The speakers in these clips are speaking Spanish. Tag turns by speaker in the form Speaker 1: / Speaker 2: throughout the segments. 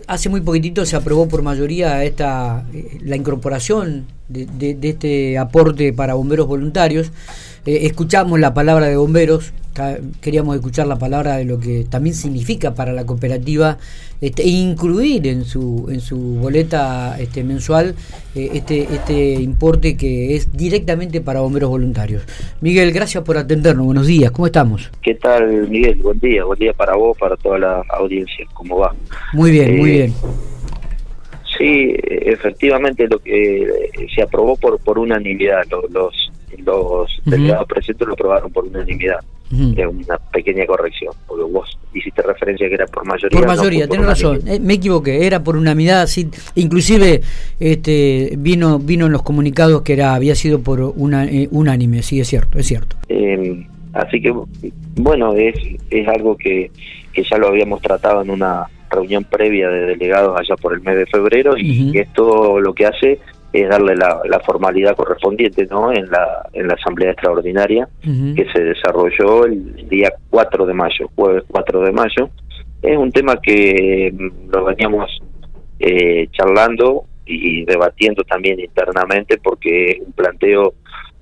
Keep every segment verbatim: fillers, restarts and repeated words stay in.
Speaker 1: hace muy poquitito se aprobó por mayoría esta eh, la incorporación de, de, de este aporte para bomberos voluntarios. Eh, escuchamos la palabra de bomberos, queríamos escuchar la palabra de lo que también significa para la cooperativa, este, e incluir en su en su boleta este, mensual eh, este este importe que es directamente para bomberos voluntarios. Miguel, gracias por atendernos, buenos días, ¿cómo estamos?
Speaker 2: ¿Qué tal, Miguel? Buen día, buen día para vos, para toda la audiencia, ¿cómo va?
Speaker 1: Muy bien,
Speaker 2: eh,
Speaker 1: muy bien.
Speaker 2: Sí, efectivamente lo que se aprobó por por unanimidad, los los, los uh-huh. delegados presentes lo aprobaron por unanimidad. Uh-huh. Es una pequeña corrección, porque vos hiciste referencia que era por mayoría.
Speaker 1: Por mayoría, no, tenés razón, eh, me equivoqué, era por unanimidad, sí, inclusive este vino vino en los comunicados que era había sido por una, eh, unánime, sí, es cierto, es cierto.
Speaker 2: Eh, así que, bueno, es es algo que, que ya lo habíamos tratado en una reunión previa de delegados allá por el mes de febrero, y uh-huh. esto lo que hace es darle la, la formalidad correspondiente, ¿no? En la en la asamblea extraordinaria uh-huh. que se desarrolló el día cuatro de mayo, jueves cuatro de mayo. Es un tema que lo veníamos eh, charlando y debatiendo también internamente, porque es un planteo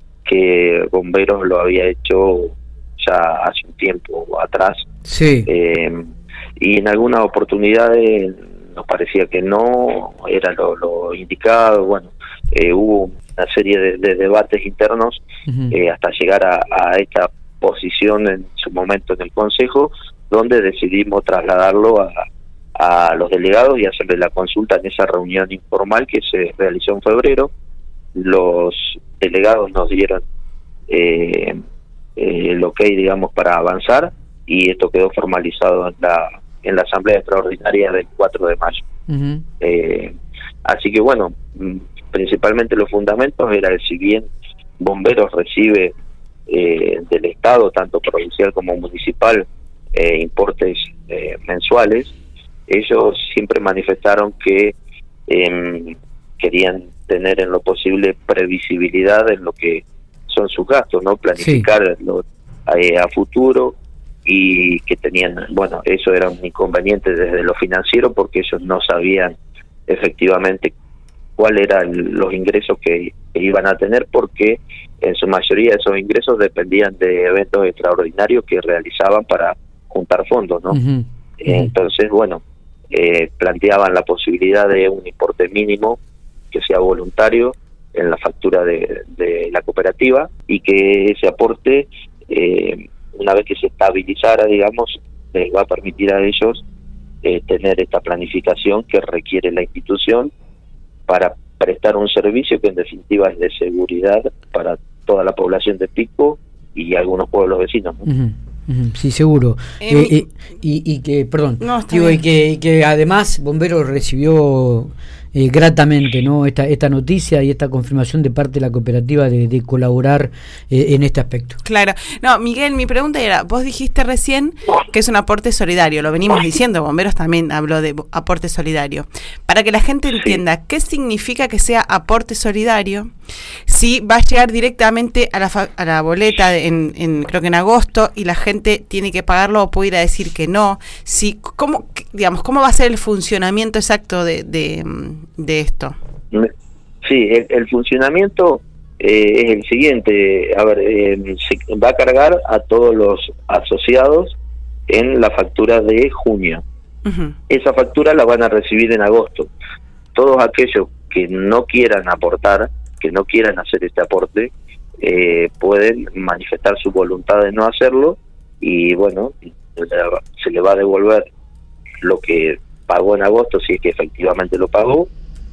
Speaker 2: que Bomberos lo había hecho ya hace un tiempo atrás.
Speaker 1: Sí.
Speaker 2: Eh, y en algunas oportunidades nos parecía que no era lo, lo indicado. Bueno, eh, hubo una serie de, de debates internos uh-huh. eh, hasta llegar a, a esta posición en su momento en el Consejo, donde decidimos trasladarlo a, a los delegados y hacerle la consulta en esa reunión informal que se realizó en febrero. Los delegados nos dieron eh, eh, el ok, digamos, para avanzar, y esto quedó formalizado en la en la asamblea extraordinaria del cuatro de mayo. Uh-huh. Eh, así que bueno, principalmente los fundamentos era que, si bien Bomberos recibe eh, del Estado, tanto provincial como municipal, eh, importes eh, mensuales, ellos siempre manifestaron que eh, querían tener en lo posible previsibilidad en lo que son sus gastos, ¿no? Planificar sí. lo, eh, a futuro, y que tenían, bueno, eso era un inconveniente desde lo financiero, porque ellos no sabían efectivamente cuáles eran los ingresos que, que iban a tener, porque en su mayoría esos ingresos dependían de eventos extraordinarios que realizaban para juntar fondos, ¿no? Uh-huh. Entonces, bueno, eh, planteaban la posibilidad de un importe mínimo que sea voluntario en la factura de, de la cooperativa, y que ese aporte, eh, una vez que se estabilizara, digamos, les va a permitir a ellos eh, tener esta planificación que requiere la institución para prestar un servicio que en definitiva es de seguridad para toda la población de Pico y algunos pueblos vecinos, ¿no? Uh-huh.
Speaker 1: Uh-huh. Sí, seguro. Eh, eh, eh, y, y que, perdón, no, digo, y que, y que además Bomberos recibió eh, gratamente, ¿no?, esta esta noticia y esta confirmación de parte de la cooperativa de, de colaborar eh, en este aspecto.
Speaker 3: Claro. No, Miguel, mi pregunta era, vos dijiste recién que es un aporte solidario, lo venimos diciendo, Bomberos también habló de aporte solidario. Para que la gente entienda, ¿qué significa que sea aporte solidario? Si va a llegar directamente a la fa- a la boleta en, en creo que en agosto, y la gente tiene que pagarlo o puede ir a decir que no. Si, ¿cómo, digamos, cómo va a ser el funcionamiento exacto de, de, de esto?
Speaker 2: Sí, el, el funcionamiento eh, es el siguiente. A ver, eh, se va a cargar a todos los asociados en la factura de junio. Uh-huh. Esa factura la van a recibir en agosto. Todos aquellos que no quieran aportar, que no quieran hacer este aporte, eh, pueden manifestar su voluntad de no hacerlo, y bueno, se le va a devolver lo que pagó en agosto, si es que efectivamente lo pagó,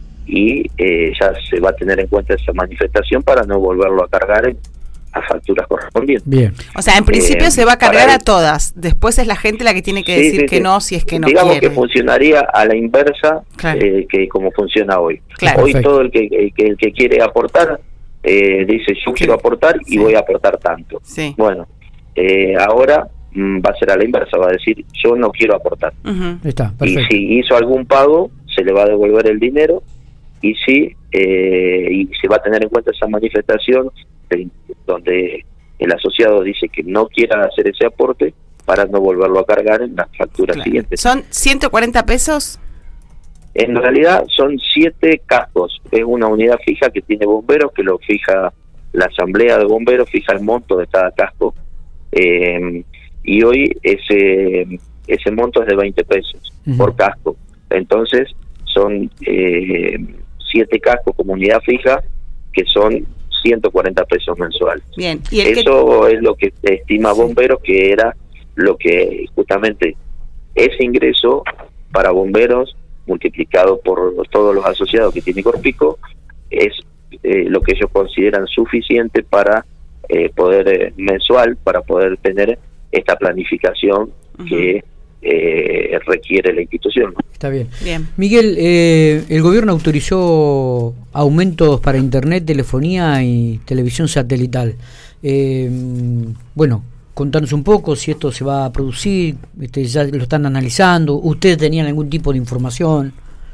Speaker 2: y eh, ya se va a tener en cuenta esa manifestación para no volverlo a cargar en, a facturas correspondientes.
Speaker 1: Bien.
Speaker 3: O sea, en principio eh, se va a cargar a todas, después es la gente la que tiene que
Speaker 2: sí,
Speaker 3: decir
Speaker 2: sí,
Speaker 3: que
Speaker 2: sí.
Speaker 3: no, si es que no
Speaker 2: Digamos
Speaker 3: quiere.
Speaker 2: que funcionaría a la inversa, claro. eh, que como funciona hoy.
Speaker 3: Claro.
Speaker 2: Hoy Perfecto. Todo el que, el que el que quiere aportar eh, dice yo sí. quiero aportar y sí. voy a aportar tanto.
Speaker 3: Sí.
Speaker 2: Bueno, eh, ahora mm, va a ser a la inversa, va a decir yo no quiero aportar.
Speaker 3: Uh-huh.
Speaker 1: Está,
Speaker 2: y si hizo algún pago, se le va a devolver el dinero, y si eh, y se va a tener en cuenta esa manifestación de, donde el asociado dice que no quiera hacer ese aporte, para no volverlo a cargar en las facturas claro. siguientes.
Speaker 3: ¿Son ciento cuarenta pesos?
Speaker 2: En realidad son siete cascos, es una unidad fija que tiene bomberos, que lo fija la asamblea de bomberos, fija el monto de cada casco, eh, y hoy ese ese monto es de veinte pesos uh-huh. por casco. Entonces son eh, siete cascos como unidad fija, que son ciento cuarenta pesos mensuales.
Speaker 3: Bien. ¿Y
Speaker 2: eso que... es lo que estima bomberos, que era lo que justamente ese ingreso para bomberos multiplicado por todos los asociados que tiene Corpico es eh, lo que ellos consideran suficiente para eh, poder eh, mensual, para poder tener esta planificación uh-huh. que eh, requiere la institución.
Speaker 1: Está bien. Bien. Miguel, eh, el gobierno autorizó aumentos para internet, telefonía y televisión satelital. Eh, bueno, contanos un poco si esto se va a producir, este, ya lo están analizando, ¿ustedes tenían algún tipo de información?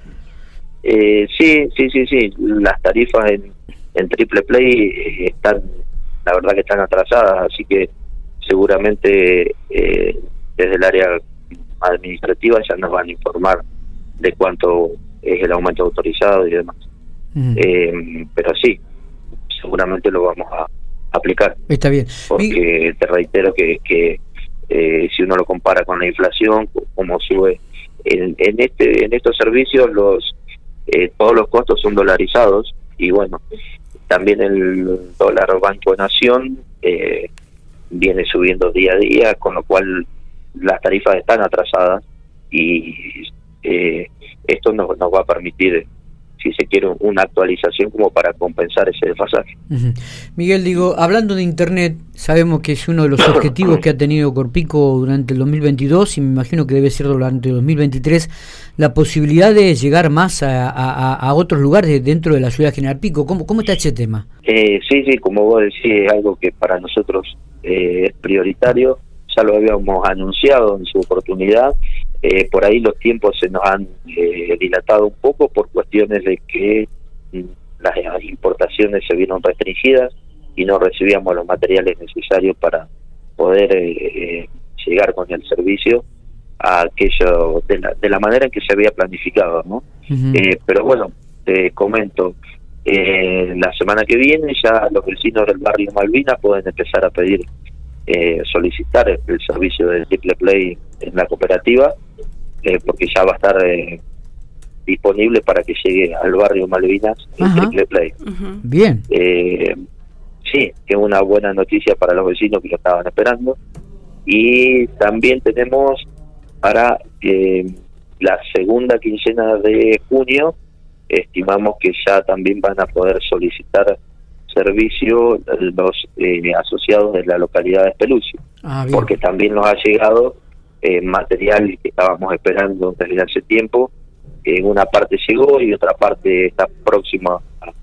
Speaker 2: Eh, sí, sí, sí, sí, las tarifas en, en Triple Play eh, están, la verdad que están atrasadas, así que seguramente eh, desde el área administrativa ya nos van a informar de cuánto es el aumento autorizado y demás. Uh-huh. Eh, pero sí, seguramente lo vamos a aplicar.
Speaker 1: Está bien.
Speaker 2: Porque te reitero que, que eh, si uno lo compara con la inflación, como sube en, en este en estos servicios, los eh, todos los costos son dolarizados y bueno, también el dólar Banco Nación eh, viene subiendo día a día, con lo cual las tarifas están atrasadas y eh, esto nos, nos va a permitir, si se quiere, una actualización como para compensar ese desfasaje.
Speaker 1: Uh-huh. Miguel, digo, hablando de Internet, sabemos que es uno de los objetivos que ha tenido Corpico durante el dos mil veintidós y me imagino que debe ser durante el dos mil veintitrés, la posibilidad de llegar más a, a, a otros lugares dentro de la ciudad de General Pico. ¿Cómo, cómo está ese tema?
Speaker 2: Eh, sí, sí, como vos decís, es algo que para nosotros eh, es prioritario. Ya lo habíamos anunciado en su oportunidad. Eh, por ahí los tiempos se nos han eh, dilatado un poco por cuestiones de que mm, las importaciones se vieron restringidas y no recibíamos los materiales necesarios para poder eh, llegar con el servicio a aquello de la, de la manera en que se había planificado, ¿no? Uh-huh. Eh, pero bueno, te comento, eh, la semana que viene ya los vecinos del barrio Malvinas pueden empezar a pedir Eh, solicitar el, el servicio de Triple Play en la cooperativa, eh, porque ya va a estar eh, disponible para que llegue al barrio Malvinas el uh-huh. Triple Play.
Speaker 1: Uh-huh. Bien.
Speaker 2: Eh, sí, que es una buena noticia para los vecinos que lo estaban esperando. Y también tenemos para eh, la segunda quincena de junio, estimamos que ya también van a poder solicitar servicio los eh, asociados de la localidad de Espelucio, ah, porque también nos ha llegado eh, material que estábamos esperando desde hace tiempo. En una parte llegó y otra parte está próxima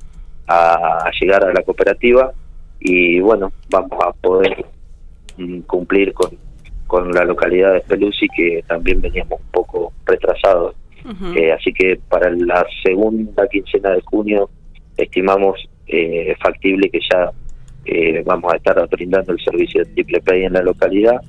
Speaker 2: a, a llegar a la cooperativa y bueno, vamos a poder mm, cumplir con, con la localidad de Espelucio, que también veníamos un poco retrasados. Uh-huh. eh, así que para la segunda quincena de junio estimamos Eh, factible que ya eh, vamos a estar brindando el servicio de Triple Play en la localidad.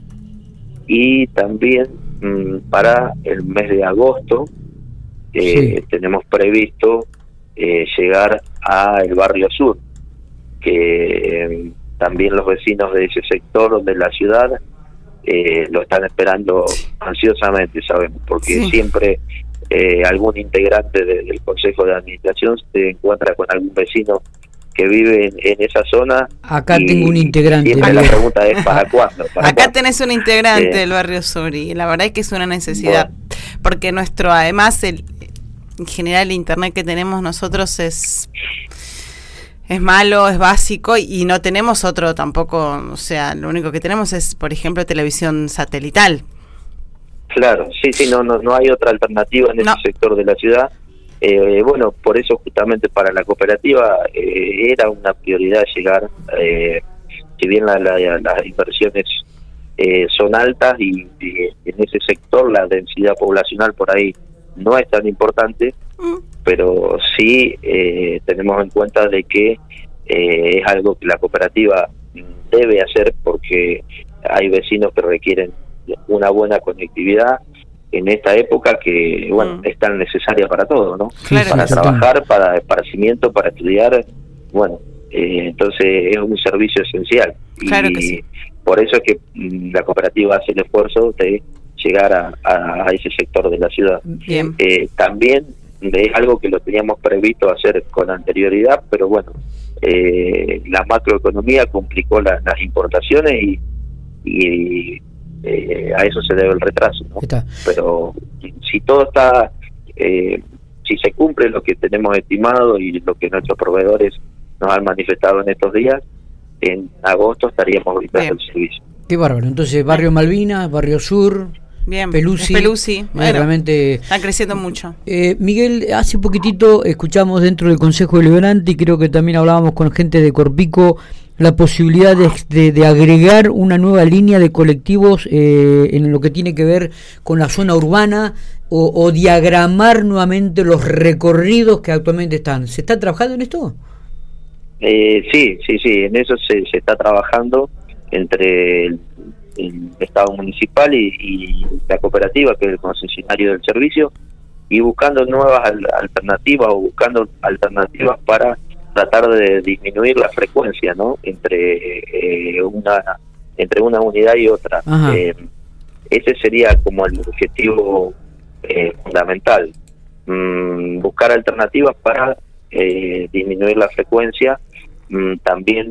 Speaker 2: Y también mmm, para el mes de agosto eh, sí. tenemos previsto eh, llegar a el barrio sur, que eh, también los vecinos de ese sector de la ciudad eh, lo están esperando ansiosamente, sabemos, porque sí. siempre eh, algún integrante de, del Consejo de Administración se encuentra con algún vecino que vive en, en esa zona.
Speaker 1: Acá tengo un integrante.
Speaker 2: Siempre la pregunta es ¿para cuándo? ¿Para
Speaker 3: Acá
Speaker 2: cuándo?
Speaker 3: tenés un integrante eh, del barrio sur y la verdad es que es una necesidad, bueno. porque nuestro, además, el en general el internet que tenemos nosotros es es malo, es básico y, y no tenemos otro tampoco, o sea, lo único que tenemos es, por ejemplo, televisión satelital.
Speaker 2: Claro, sí, sí, no, no, no hay otra alternativa en no. ese sector de la ciudad. Eh, bueno, por eso justamente para la cooperativa eh, era una prioridad llegar, eh, si bien la, la, las inversiones eh, son altas y, y en ese sector la densidad poblacional por ahí no es tan importante, mm. pero sí eh, tenemos en cuenta de que eh, es algo que la cooperativa debe hacer porque hay vecinos que requieren una buena conectividad en esta época que, bueno, mm. es tan necesaria para todo, ¿no?
Speaker 3: Claro,
Speaker 2: para
Speaker 3: sí,
Speaker 2: trabajar, para esparcimiento, para estudiar, bueno, eh, entonces es un servicio esencial.
Speaker 3: Claro
Speaker 2: y
Speaker 3: que sí.
Speaker 2: Por eso es que mm, la cooperativa hace el esfuerzo de llegar a, a, a ese sector de la ciudad.
Speaker 3: Bien.
Speaker 2: Eh, también es algo que lo teníamos previsto hacer con anterioridad, pero bueno, eh, la macroeconomía complicó la, las importaciones y, y eh, a eso se debe el retraso, ¿no? Pero si todo está, eh, si se cumple lo que tenemos estimado y lo que nuestros proveedores nos han manifestado en estos días, en agosto estaríamos brindando el servicio.
Speaker 1: Qué bárbaro. Entonces, Barrio Malvinas, Barrio Sur,
Speaker 3: bien,
Speaker 1: Pelusi,
Speaker 3: Pelusi. Bueno,
Speaker 1: realmente
Speaker 3: están creciendo mucho.
Speaker 1: Eh, Miguel, hace poquitito escuchamos dentro del Consejo Deliberante y creo que también hablábamos con gente de Corpico la posibilidad de, de, de agregar una nueva línea de colectivos eh, en lo que tiene que ver con la zona urbana o, o diagramar nuevamente los recorridos que actualmente están. ¿Se está trabajando en esto?
Speaker 2: Eh, sí, sí, sí, en eso se, se está trabajando entre el, el Estado municipal y, y la cooperativa, que es el concesionario del servicio, y buscando nuevas al, alternativas o buscando alternativas para tratar de disminuir la frecuencia, ¿no? Entre eh, una entre una unidad y otra. Eh, ese sería como el objetivo eh, fundamental, mm, buscar alternativas para eh, disminuir la frecuencia. Mm, también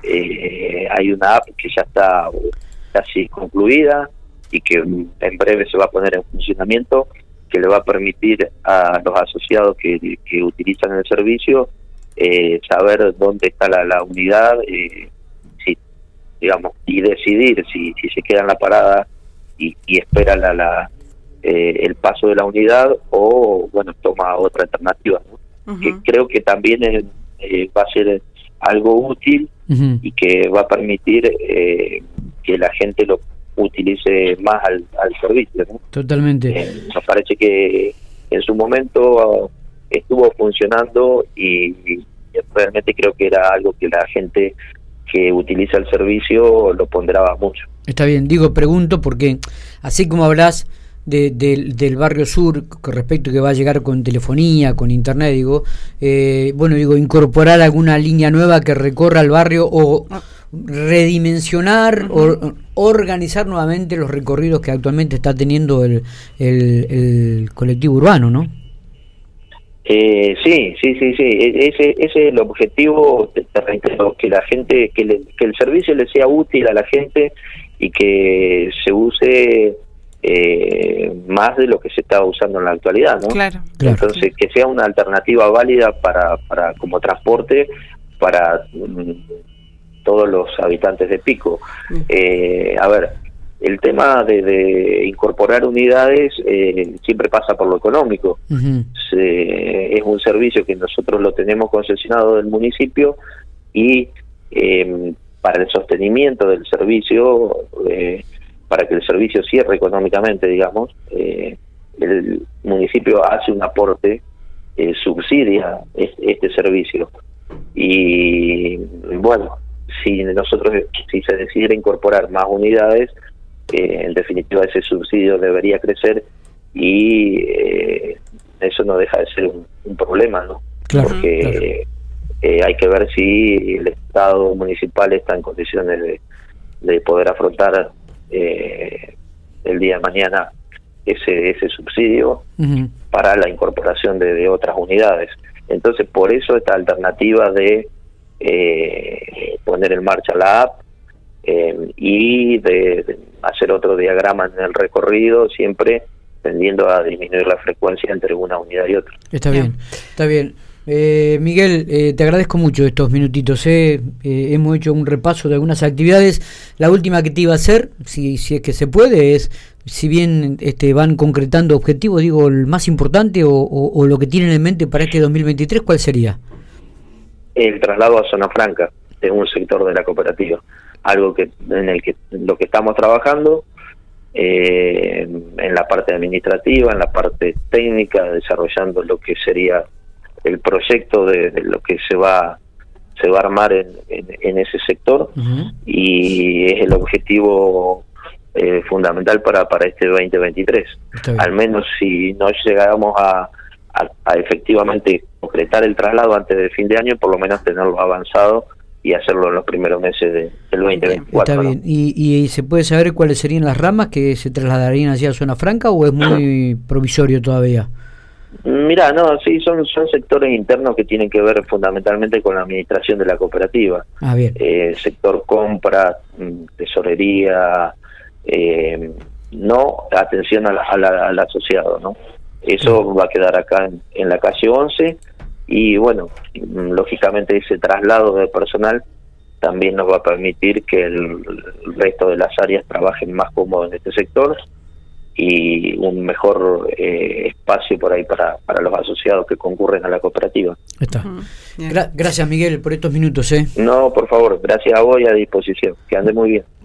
Speaker 2: eh, hay una app que ya está casi concluida y que en breve se va a poner en funcionamiento, que le va a permitir a los asociados que, que utilizan el servicio eh, saber dónde está la, la unidad, eh, si, digamos, y decidir si, si se queda en la parada y, y espera la, la eh, el paso de la unidad o, bueno, toma otra alternativa, ¿no? Uh-huh. Que creo que también es, eh, va a ser algo útil uh-huh. y que va a permitir eh, que la gente lo utilice más al, al servicio, ¿no?
Speaker 1: Totalmente.
Speaker 2: Eh, nos parece que en su momento estuvo funcionando y, y realmente creo que era algo que la gente que utiliza el servicio lo ponderaba mucho.
Speaker 1: Está bien, digo, pregunto porque así como hablas de, de, del Barrio Sur con respecto que va a llegar con telefonía, con internet, digo, eh, bueno, digo, incorporar alguna línea nueva que recorra el barrio o redimensionar o organizar nuevamente los recorridos que actualmente está teniendo el, el, el colectivo urbano, ¿no?
Speaker 2: Eh, sí, sí, sí, sí. Ese, ese es el objetivo, te, te reitero, que la gente, que, le, que el servicio le sea útil a la gente y que se use eh, más de lo que se está usando en la actualidad, ¿no?
Speaker 3: Claro.
Speaker 2: Entonces, que sea una alternativa válida para, para como transporte para mm, todos los habitantes de Pico. Eh, a ver, el tema de, de incorporar unidades eh, siempre pasa por lo económico. Uh-huh. Se, es un servicio que nosotros lo tenemos concesionado del municipio y eh, para el sostenimiento del servicio, eh, para que el servicio cierre económicamente, digamos, eh, el municipio hace un aporte, eh, subsidia este, este servicio. Y bueno, si nosotros, si se decidiera incorporar más unidades, eh, en definitiva ese subsidio debería crecer y eh, eso no deja de ser un, un problema, ¿no?
Speaker 1: Claro,
Speaker 2: porque
Speaker 1: claro.
Speaker 2: Eh, hay que ver si el Estado municipal está en condiciones de, de poder afrontar eh, el día de mañana ese ese subsidio uh-huh. para la incorporación de, de otras unidades. Entonces, por eso esta alternativa de Eh, poner en marcha la app eh, y de, de hacer otro diagrama en el recorrido, siempre tendiendo a disminuir la frecuencia entre una unidad y otra.
Speaker 1: Está bien, está bien. Eh, Miguel, eh, te agradezco mucho estos minutitos. Eh. Eh, hemos hecho un repaso de algunas actividades. La última que te iba a hacer, si, si es que se puede, es si bien este, van concretando objetivos, digo, el más importante o, o, o lo que tienen en mente para este dos mil veintitrés, ¿cuál sería?
Speaker 2: El traslado a zona franca de un sector de la cooperativa, algo que en el que lo que estamos trabajando eh, en la parte administrativa, en la parte técnica, desarrollando lo que sería el proyecto de, de lo que se va se va a armar en, en, en ese sector uh-huh. y es el objetivo eh, fundamental para, para este veinte veintitrés. Al menos si no llegáramos a, a, a efectivamente concretar el traslado antes del fin de año, por lo menos tenerlo avanzado y hacerlo en los primeros meses de, del veinte veinticuatro.
Speaker 1: Está bien. ¿no? ¿Y, ¿Y se puede saber cuáles serían las ramas que se trasladarían hacia Zona Franca o es muy provisorio todavía?
Speaker 2: Mira, no, sí, son son sectores internos que tienen que ver fundamentalmente con la administración de la cooperativa.
Speaker 1: Ah, bien.
Speaker 2: Eh, sector compra, tesorería, eh, no atención a la, a la, al asociado, ¿no? Eso sí. Va a quedar acá en, en la calle once y bueno, lógicamente ese traslado de personal también nos va a permitir que el, el resto de las áreas trabajen más cómodo en este sector y un mejor eh, espacio por ahí para, para los asociados que concurren a la cooperativa.
Speaker 1: Está. Uh-huh. Gra- gracias Miguel por estos minutos. ¿eh?
Speaker 2: No, por favor, gracias a vos y a disposición. Que ande muy bien.